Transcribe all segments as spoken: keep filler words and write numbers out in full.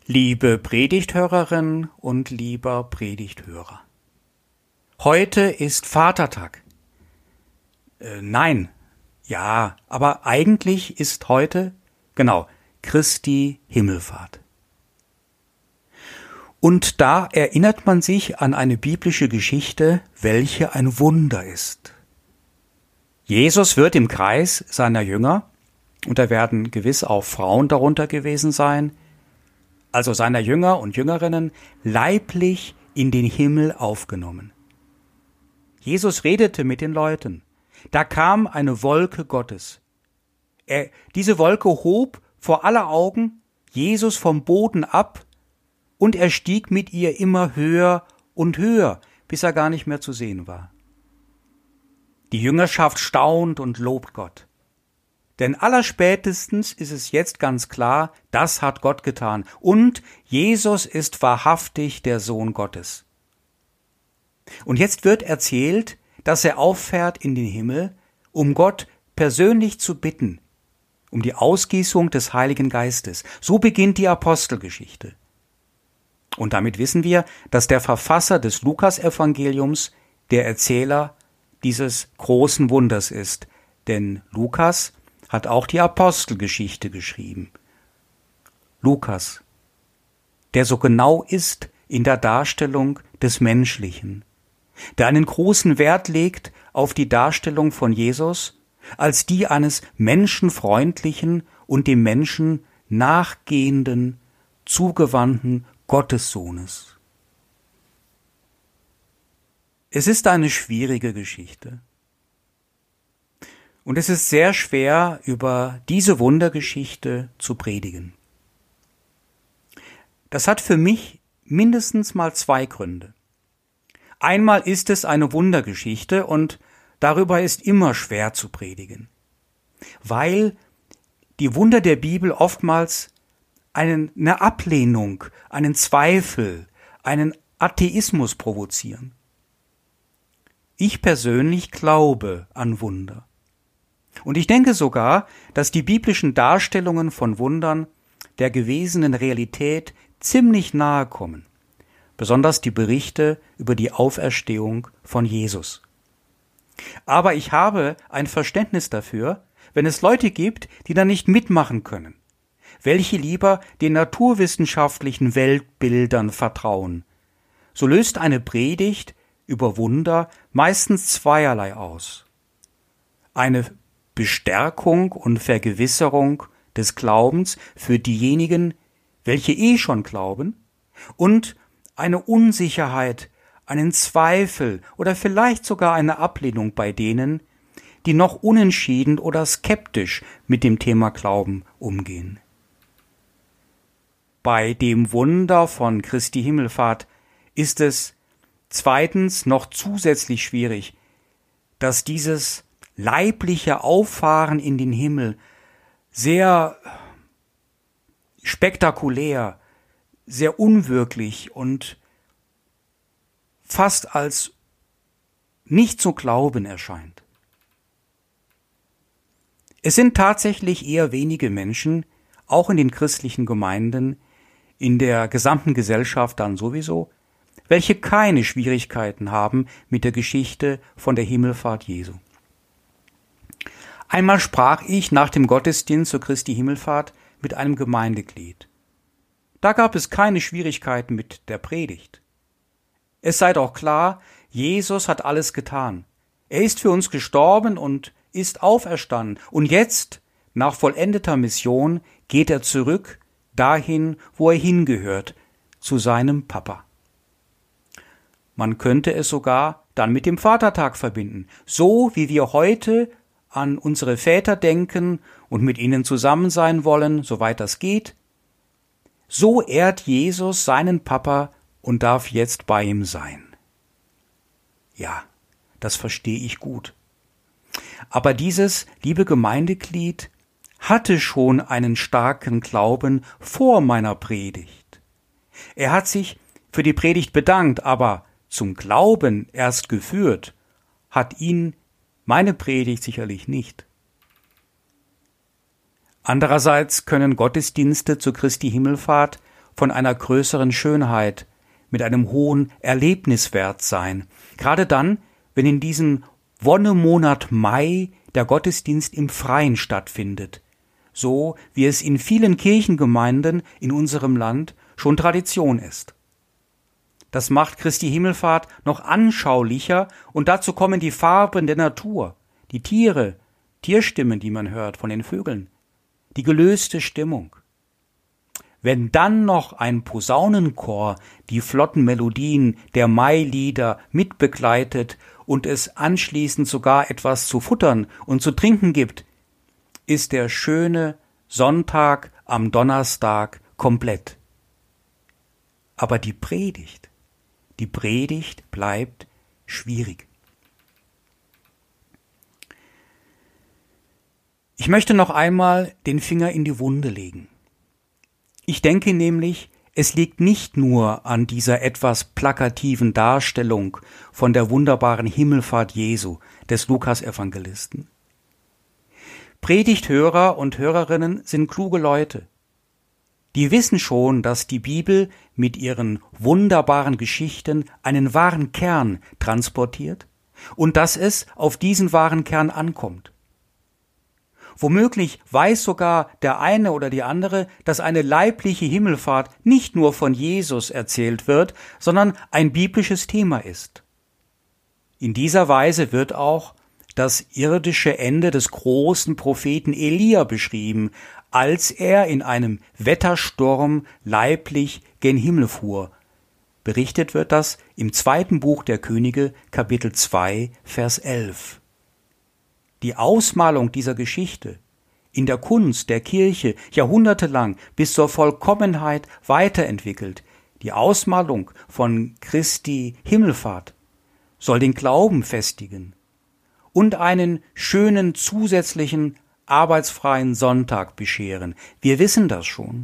Liebe Predigthörerin und lieber Predigthörer. Heute ist Vatertag. Äh, nein, ja, aber eigentlich ist heute, genau, Christi Himmelfahrt. Und da erinnert man sich an eine biblische Geschichte, welche ein Wunder ist. Jesus wird im Kreis seiner Jünger, und da werden gewiss auch Frauen darunter gewesen sein, also seiner Jünger und Jüngerinnen, leiblich in den Himmel aufgenommen. Jesus redete mit den Leuten. Da kam eine Wolke Gottes. Er, diese Wolke hob vor aller Augen Jesus vom Boden ab und er stieg mit ihr immer höher und höher, bis er gar nicht mehr zu sehen war. Die Jüngerschaft staunt und lobt Gott. Denn allerspätestens ist es jetzt ganz klar, das hat Gott getan. Und Jesus ist wahrhaftig der Sohn Gottes. Und jetzt wird erzählt, dass er auffährt in den Himmel, um Gott persönlich zu bitten, um die Ausgießung des Heiligen Geistes. So beginnt die Apostelgeschichte. Und damit wissen wir, dass der Verfasser des Lukas-Evangeliums der Erzähler dieses großen Wunders ist. Denn Lukas hat auch die Apostelgeschichte geschrieben. Lukas, der so genau ist in der Darstellung des Menschlichen, der einen großen Wert legt auf die Darstellung von Jesus als die eines menschenfreundlichen und dem Menschen nachgehenden, zugewandten Gottessohnes. Es ist eine schwierige Geschichte. Und es ist sehr schwer, über diese Wundergeschichte zu predigen. Das hat für mich mindestens mal zwei Gründe. Einmal ist es eine Wundergeschichte und darüber ist immer schwer zu predigen, weil die Wunder der Bibel oftmals einen, eine Ablehnung, einen Zweifel, einen Atheismus provozieren. Ich persönlich glaube an Wunder. Und ich denke sogar, dass die biblischen Darstellungen von Wundern der gewesenen Realität ziemlich nahe kommen. Besonders die Berichte über die Auferstehung von Jesus. Aber ich habe ein Verständnis dafür, wenn es Leute gibt, die da nicht mitmachen können, welche lieber den naturwissenschaftlichen Weltbildern vertrauen. So löst eine Predigt über Wunder meistens zweierlei aus. Eine Bestärkung und Vergewisserung des Glaubens für diejenigen, welche eh schon glauben, und eine Unsicherheit, einen Zweifel oder vielleicht sogar eine Ablehnung bei denen, die noch unentschieden oder skeptisch mit dem Thema Glauben umgehen. Bei dem Wunder von Christi Himmelfahrt ist es zweitens noch zusätzlich schwierig, dass dieses leibliche Auffahren in den Himmel sehr spektakulär, sehr unwirklich und fast als nicht zu glauben erscheint. Es sind tatsächlich eher wenige Menschen, auch in den christlichen Gemeinden, in der gesamten Gesellschaft dann sowieso, welche keine Schwierigkeiten haben mit der Geschichte von der Himmelfahrt Jesu. Einmal sprach ich nach dem Gottesdienst zur Christi Himmelfahrt mit einem Gemeindeglied. Da gab es keine Schwierigkeiten mit der Predigt. Es sei doch klar, Jesus hat alles getan. Er ist für uns gestorben und ist auferstanden. Und jetzt, nach vollendeter Mission, geht er zurück dahin, wo er hingehört, zu seinem Papa. Man könnte es sogar dann mit dem Vatertag verbinden. So wie wir heute an unsere Väter denken und mit ihnen zusammen sein wollen, soweit das geht, so ehrt Jesus seinen Papa und darf jetzt bei ihm sein. Ja, das verstehe ich gut. Aber dieses liebe Gemeindeglied hatte schon einen starken Glauben vor meiner Predigt. Er hat sich für die Predigt bedankt, aber zum Glauben erst geführt hat ihn meine Predigt sicherlich nicht. Andererseits können Gottesdienste zur Christi Himmelfahrt von einer größeren Schönheit, mit einem hohen Erlebniswert sein. Gerade dann, wenn in diesem Wonnemonat Mai der Gottesdienst im Freien stattfindet, so wie es in vielen Kirchengemeinden in unserem Land schon Tradition ist. Das macht Christi Himmelfahrt noch anschaulicher und dazu kommen die Farben der Natur, die Tiere, Tierstimmen, die man hört von den Vögeln, die gelöste Stimmung. Wenn dann noch ein Posaunenchor die flotten Melodien der Mailieder mitbegleitet und es anschließend sogar etwas zu futtern und zu trinken gibt, ist der schöne Sonntag am Donnerstag komplett. Aber die Predigt, die Predigt bleibt schwierig. Ich möchte noch einmal den Finger in die Wunde legen. Ich denke nämlich, es liegt nicht nur an dieser etwas plakativen Darstellung von der wunderbaren Himmelfahrt Jesu des Lukas-Evangelisten. Predigthörer und Hörerinnen sind kluge Leute. Die wissen schon, dass die Bibel mit ihren wunderbaren Geschichten einen wahren Kern transportiert und dass es auf diesen wahren Kern ankommt. Womöglich weiß sogar der eine oder die andere, dass eine leibliche Himmelfahrt nicht nur von Jesus erzählt wird, sondern ein biblisches Thema ist. In dieser Weise wird auch das irdische Ende des großen Propheten Elia beschrieben, als er in einem Wettersturm leiblich gen Himmel fuhr. Berichtet wird das im zweiten Buch der Könige, Kapitel zwei, Vers elf. Die Ausmalung dieser Geschichte in der Kunst der Kirche jahrhundertelang bis zur Vollkommenheit weiterentwickelt, die Ausmalung von Christi Himmelfahrt, soll den Glauben festigen und einen schönen zusätzlichen arbeitsfreien Sonntag bescheren. Wir wissen das schon.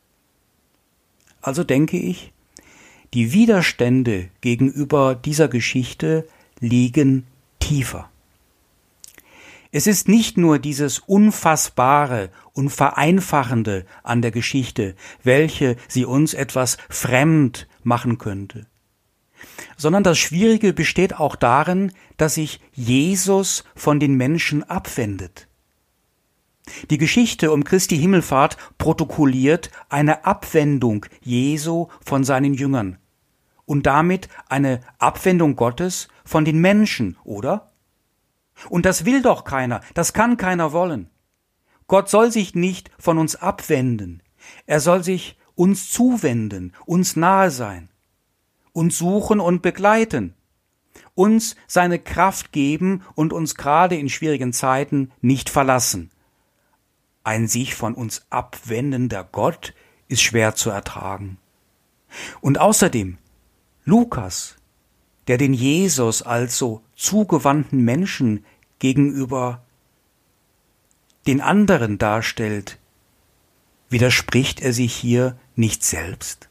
Also denke ich, die Widerstände gegenüber dieser Geschichte liegen tiefer. Es ist nicht nur dieses Unfassbare und Vereinfachende an der Geschichte, welche sie uns etwas fremd machen könnte, sondern das Schwierige besteht auch darin, dass sich Jesus von den Menschen abwendet. Die Geschichte um Christi Himmelfahrt protokolliert eine Abwendung Jesu von seinen Jüngern und damit eine Abwendung Gottes von den Menschen, oder? Und das will doch keiner, das kann keiner wollen. Gott soll sich nicht von uns abwenden, er soll sich uns zuwenden, uns nahe sein, uns suchen und begleiten, uns seine Kraft geben und uns gerade in schwierigen Zeiten nicht verlassen. Ein sich von uns abwendender Gott ist schwer zu ertragen. Und außerdem, Lukas, der den Jesus als so zugewandten Menschen gegenüber den anderen darstellt, widerspricht er sich hier nicht selbst?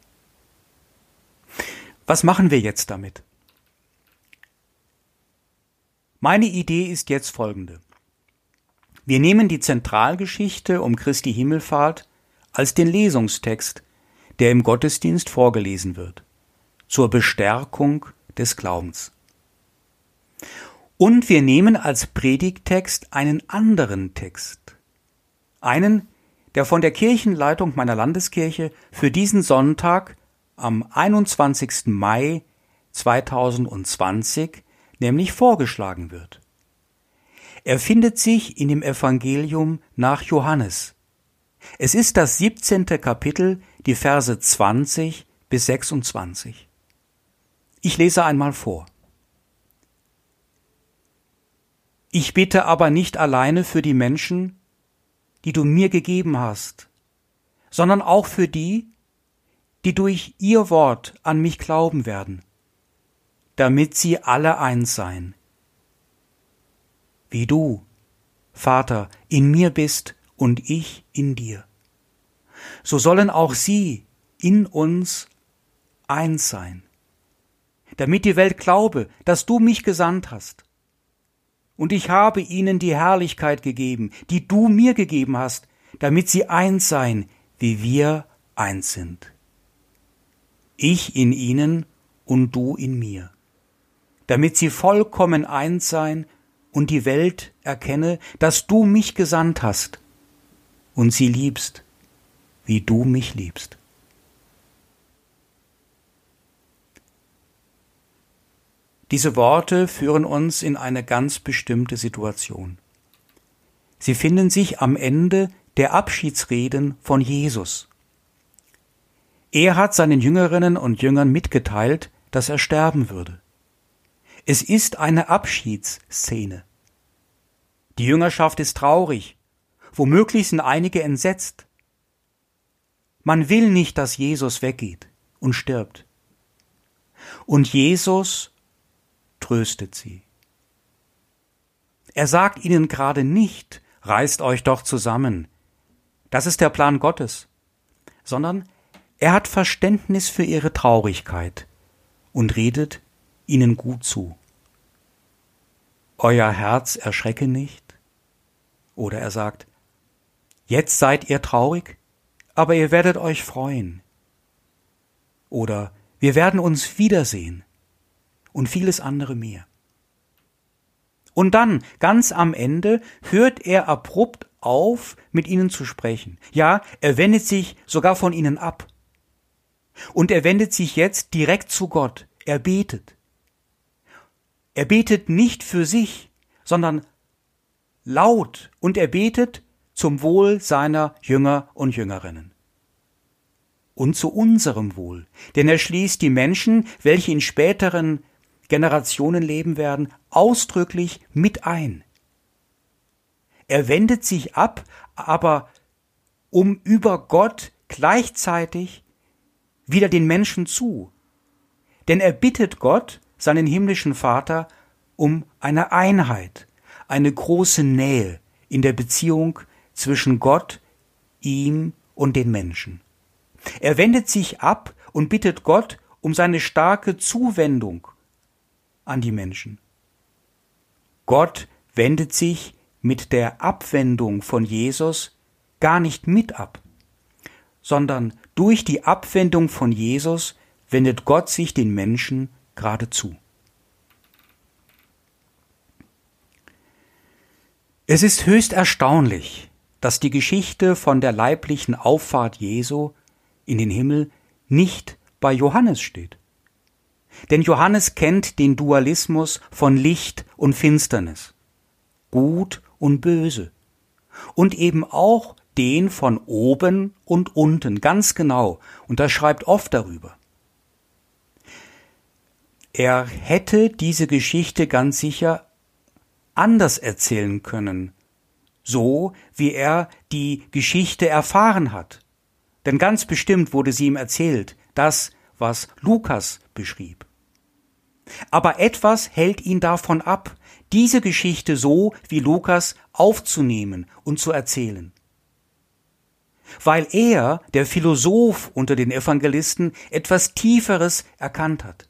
Was machen wir jetzt damit? Meine Idee ist jetzt folgende. Wir nehmen die Zentralgeschichte um Christi Himmelfahrt als den Lesungstext, der im Gottesdienst vorgelesen wird, zur Bestärkung des Glaubens. Und wir nehmen als Predigttext einen anderen Text, einen, der von der Kirchenleitung meiner Landeskirche für diesen Sonntag am einundzwanzigsten Mai zweitausendzwanzig nämlich vorgeschlagen wird. Er findet sich in dem Evangelium nach Johannes. Es ist das siebzehnte Kapitel, die Verse zwanzig bis sechsundzwanzig. Ich lese einmal vor. Ich bitte aber nicht alleine für die Menschen, die du mir gegeben hast, sondern auch für die, die durch ihr Wort an mich glauben werden, damit sie alle eins seien. Wie du, Vater, in mir bist und ich in dir. So sollen auch sie in uns eins sein, damit die Welt glaube, dass du mich gesandt hast. Und ich habe ihnen die Herrlichkeit gegeben, die du mir gegeben hast, damit sie eins seien, wie wir eins sind. Ich in ihnen und du in mir, damit sie vollkommen eins sein und die Welt erkenne, dass du mich gesandt hast und sie liebst, wie du mich liebst. Diese Worte führen uns in eine ganz bestimmte Situation. Sie finden sich am Ende der Abschiedsreden von Jesus. Er hat seinen Jüngerinnen und Jüngern mitgeteilt, dass er sterben würde. Es ist eine Abschiedsszene. Die Jüngerschaft ist traurig, womöglich sind einige entsetzt. Man will nicht, dass Jesus weggeht und stirbt. Und Jesus tröstet sie. Er sagt ihnen gerade nicht, reißt euch doch zusammen. Das ist der Plan Gottes. Sondern er hat Verständnis für ihre Traurigkeit und redet ihnen gut zu. Euer Herz erschrecke nicht. Oder er sagt, jetzt seid ihr traurig, aber ihr werdet euch freuen. Oder wir werden uns wiedersehen. Und vieles andere mehr. Und dann, ganz am Ende, hört er abrupt auf, mit ihnen zu sprechen. Ja, er wendet sich sogar von ihnen ab. Und er wendet sich jetzt direkt zu Gott. Er betet. Er betet nicht für sich, sondern laut. Und er betet zum Wohl seiner Jünger und Jüngerinnen. Und zu unserem Wohl. Denn er schließt die Menschen, welche in späteren Generationen leben werden, ausdrücklich mit ein. Er wendet sich ab, aber um über Gott gleichzeitig wieder den Menschen zu. Denn er bittet Gott, seinen himmlischen Vater, um eine Einheit, eine große Nähe in der Beziehung zwischen Gott, ihm und den Menschen. Er wendet sich ab und bittet Gott um seine starke Zuwendung an die Menschen. Gott wendet sich mit der Abwendung von Jesus gar nicht mit ab, sondern durch die Abwendung von Jesus wendet Gott sich den Menschen gerade zu. Es ist höchst erstaunlich, dass die Geschichte von der leiblichen Auffahrt Jesu in den Himmel nicht bei Johannes steht. Denn Johannes kennt den Dualismus von Licht und Finsternis, Gut und Böse und eben auch den von oben und unten, ganz genau, und er schreibt oft darüber. Er hätte diese Geschichte ganz sicher anders erzählen können, so wie er die Geschichte erfahren hat. Denn ganz bestimmt wurde sie ihm erzählt, das, was Lukas beschrieb. Aber etwas hält ihn davon ab, diese Geschichte so wie Lukas aufzunehmen und zu erzählen. Weil er, der Philosoph unter den Evangelisten, etwas Tieferes erkannt hat.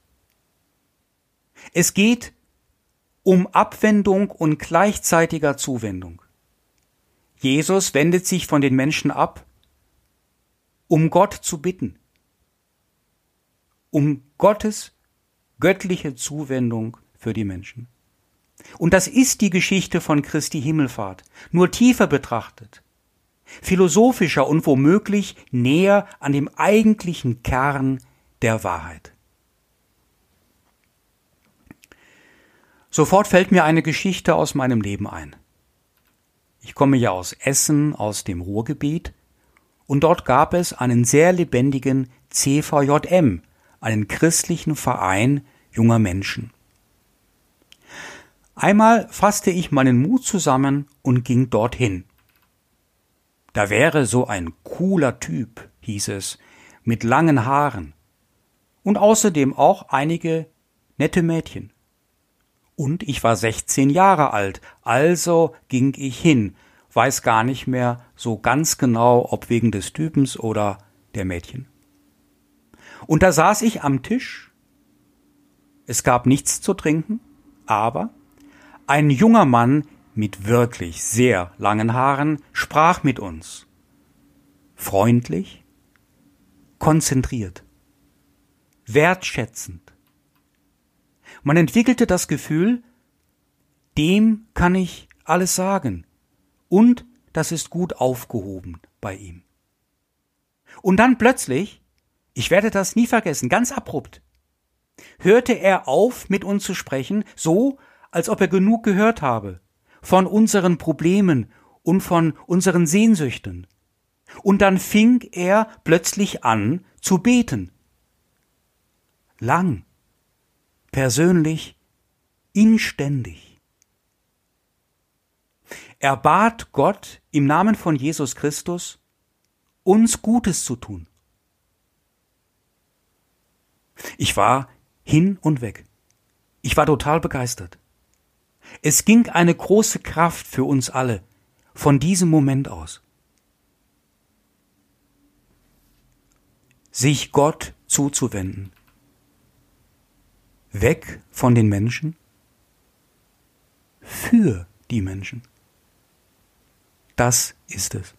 Es geht um Abwendung und gleichzeitiger Zuwendung. Jesus wendet sich von den Menschen ab, um Gott zu bitten, um Gottes göttliche Zuwendung für die Menschen. Und das ist die Geschichte von Christi Himmelfahrt, nur tiefer betrachtet, philosophischer und womöglich näher an dem eigentlichen Kern der Wahrheit. Sofort fällt mir eine Geschichte aus meinem Leben ein. Ich komme ja aus Essen, aus dem Ruhrgebiet, und dort gab es einen sehr lebendigen C V J M, einen christlichen Verein junger Menschen. Einmal fasste ich meinen Mut zusammen und ging dorthin. Da wäre so ein cooler Typ, hieß es, mit langen Haaren und außerdem auch einige nette Mädchen. Und ich war sechzehn Jahre alt, also ging ich hin, weiß gar nicht mehr so ganz genau, ob wegen des Typens oder der Mädchen. Und da saß ich am Tisch. Es gab nichts zu trinken, aber ein junger Mann mit wirklich sehr langen Haaren sprach mit uns. Freundlich, konzentriert, wertschätzend. Man entwickelte das Gefühl, dem kann ich alles sagen und das ist gut aufgehoben bei ihm. Und dann plötzlich, ich werde das nie vergessen, ganz abrupt, hörte er auf, mit uns zu sprechen, so, als ob er genug gehört habe von unseren Problemen und von unseren Sehnsüchten. Und dann fing er plötzlich an zu beten. Lang, persönlich, inständig. Er bat Gott im Namen von Jesus Christus, uns Gutes zu tun. Ich war hin und weg. Ich war total begeistert. Es ging eine große Kraft für uns alle von diesem Moment aus. Sich Gott zuzuwenden. Weg von den Menschen, für die Menschen. Das ist es.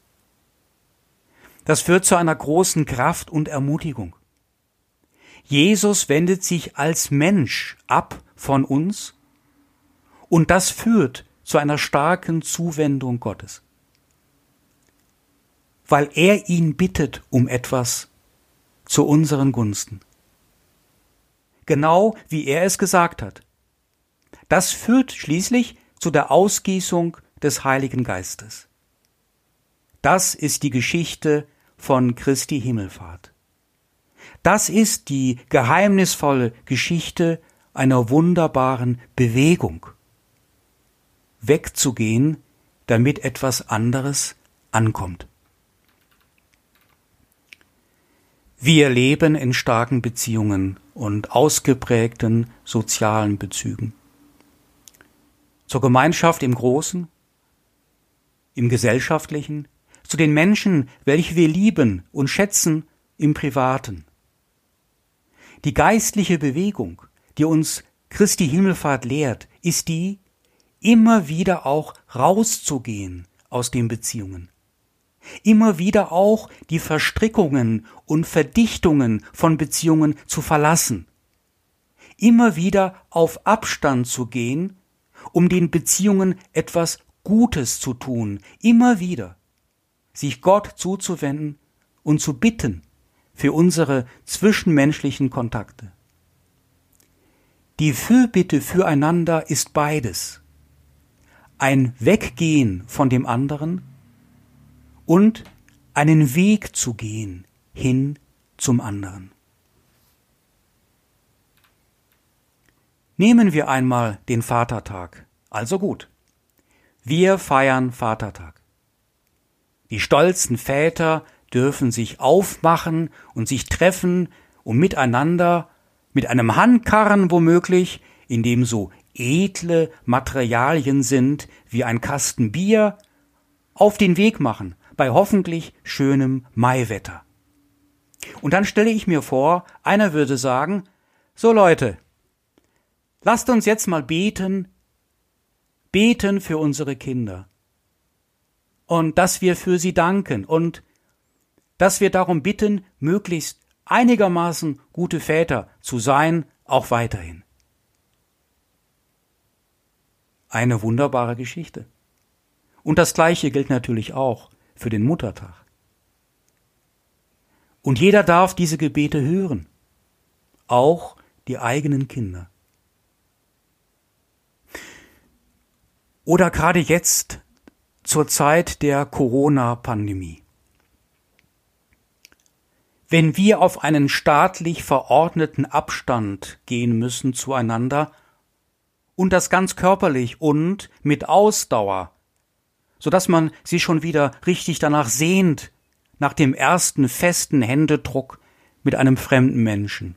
Das führt zu einer großen Kraft und Ermutigung. Jesus wendet sich als Mensch ab von uns und das führt zu einer starken Zuwendung Gottes. Weil er ihn bittet um etwas zu unseren Gunsten. Genau wie er es gesagt hat. Das führt schließlich zu der Ausgießung des Heiligen Geistes. Das ist die Geschichte von Christi Himmelfahrt. Das ist die geheimnisvolle Geschichte einer wunderbaren Bewegung. Wegzugehen, damit etwas anderes ankommt. Wir leben in starken Beziehungen und ausgeprägten sozialen Bezügen. Zur Gemeinschaft im Großen, im Gesellschaftlichen, zu den Menschen, welche wir lieben und schätzen, im Privaten. Die geistliche Bewegung, die uns Christi Himmelfahrt lehrt, ist die, immer wieder auch rauszugehen aus den Beziehungen. Immer wieder auch die Verstrickungen und Verdichtungen von Beziehungen zu verlassen. Immer wieder auf Abstand zu gehen, um den Beziehungen etwas Gutes zu tun. Immer wieder sich Gott zuzuwenden und zu bitten für unsere zwischenmenschlichen Kontakte. Die Fürbitte füreinander ist beides. Ein Weggehen von dem anderen und einen Weg zu gehen hin zum anderen. Nehmen wir einmal den Vatertag. Also gut, wir feiern Vatertag. Die stolzen Väter dürfen sich aufmachen und sich treffen, um miteinander, mit einem Handkarren womöglich, in dem so edle Materialien sind wie ein Kasten Bier, auf den Weg machen, bei hoffentlich schönem Maiwetter. Und dann stelle ich mir vor, einer würde sagen, so Leute, lasst uns jetzt mal beten, beten für unsere Kinder. Und dass wir für sie danken und dass wir darum bitten, möglichst einigermaßen gute Väter zu sein, auch weiterhin. Eine wunderbare Geschichte. Und das Gleiche gilt natürlich auch für den Muttertag. Und jeder darf diese Gebete hören, auch die eigenen Kinder. Oder gerade jetzt zur Zeit der Corona-Pandemie. Wenn wir auf einen staatlich verordneten Abstand gehen müssen zueinander und das ganz körperlich und mit Ausdauer, sodass man sich schon wieder richtig danach sehnt, nach dem ersten festen Händedruck mit einem fremden Menschen,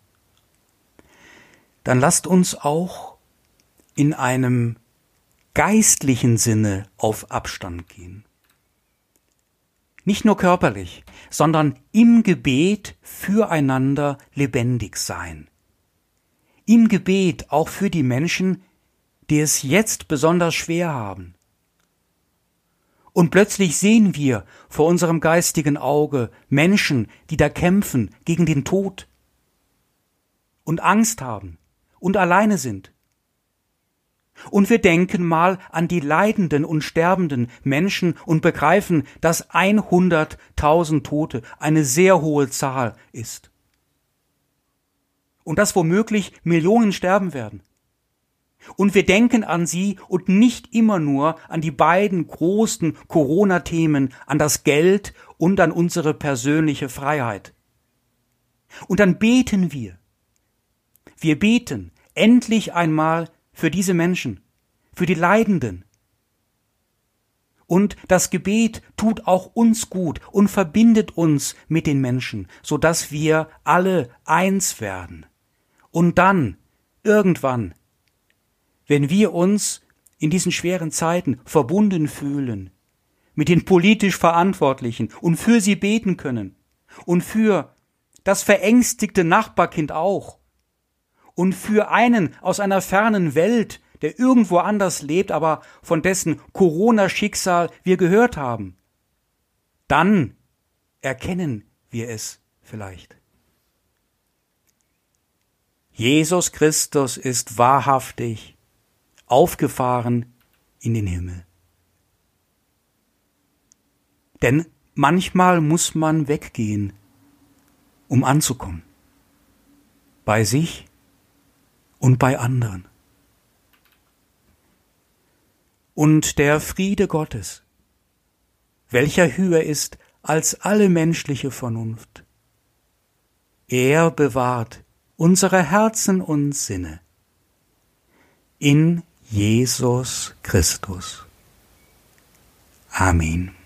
dann lasst uns auch in einem geistlichen Sinne auf Abstand gehen. Nicht nur körperlich, sondern im Gebet füreinander lebendig sein. Im Gebet auch für die Menschen, die es jetzt besonders schwer haben. Und plötzlich sehen wir vor unserem geistigen Auge Menschen, die da kämpfen gegen den Tod und Angst haben und alleine sind. Und wir denken mal an die leidenden und sterbenden Menschen und begreifen, dass hunderttausend Tote eine sehr hohe Zahl ist. Und dass womöglich Millionen sterben werden. Und wir denken an sie und nicht immer nur an die beiden großen Corona-Themen, an das Geld und an unsere persönliche Freiheit. Und dann beten wir. Wir beten endlich einmal für diese Menschen, für die Leidenden. Und das Gebet tut auch uns gut und verbindet uns mit den Menschen, sodass wir alle eins werden. Und dann, irgendwann, wenn wir uns in diesen schweren Zeiten verbunden fühlen, mit den politisch Verantwortlichen und für sie beten können und für das verängstigte Nachbarkind auch und für einen aus einer fernen Welt, der irgendwo anders lebt, aber von dessen Corona-Schicksal wir gehört haben, dann erkennen wir es vielleicht. Jesus Christus ist wahrhaftig aufgefahren in den Himmel. Denn manchmal muss man weggehen, um anzukommen. Bei sich und bei anderen. Und der Friede Gottes, welcher höher ist als alle menschliche Vernunft, er bewahrt unsere Herzen und Sinne in Jesus Christus. Amen.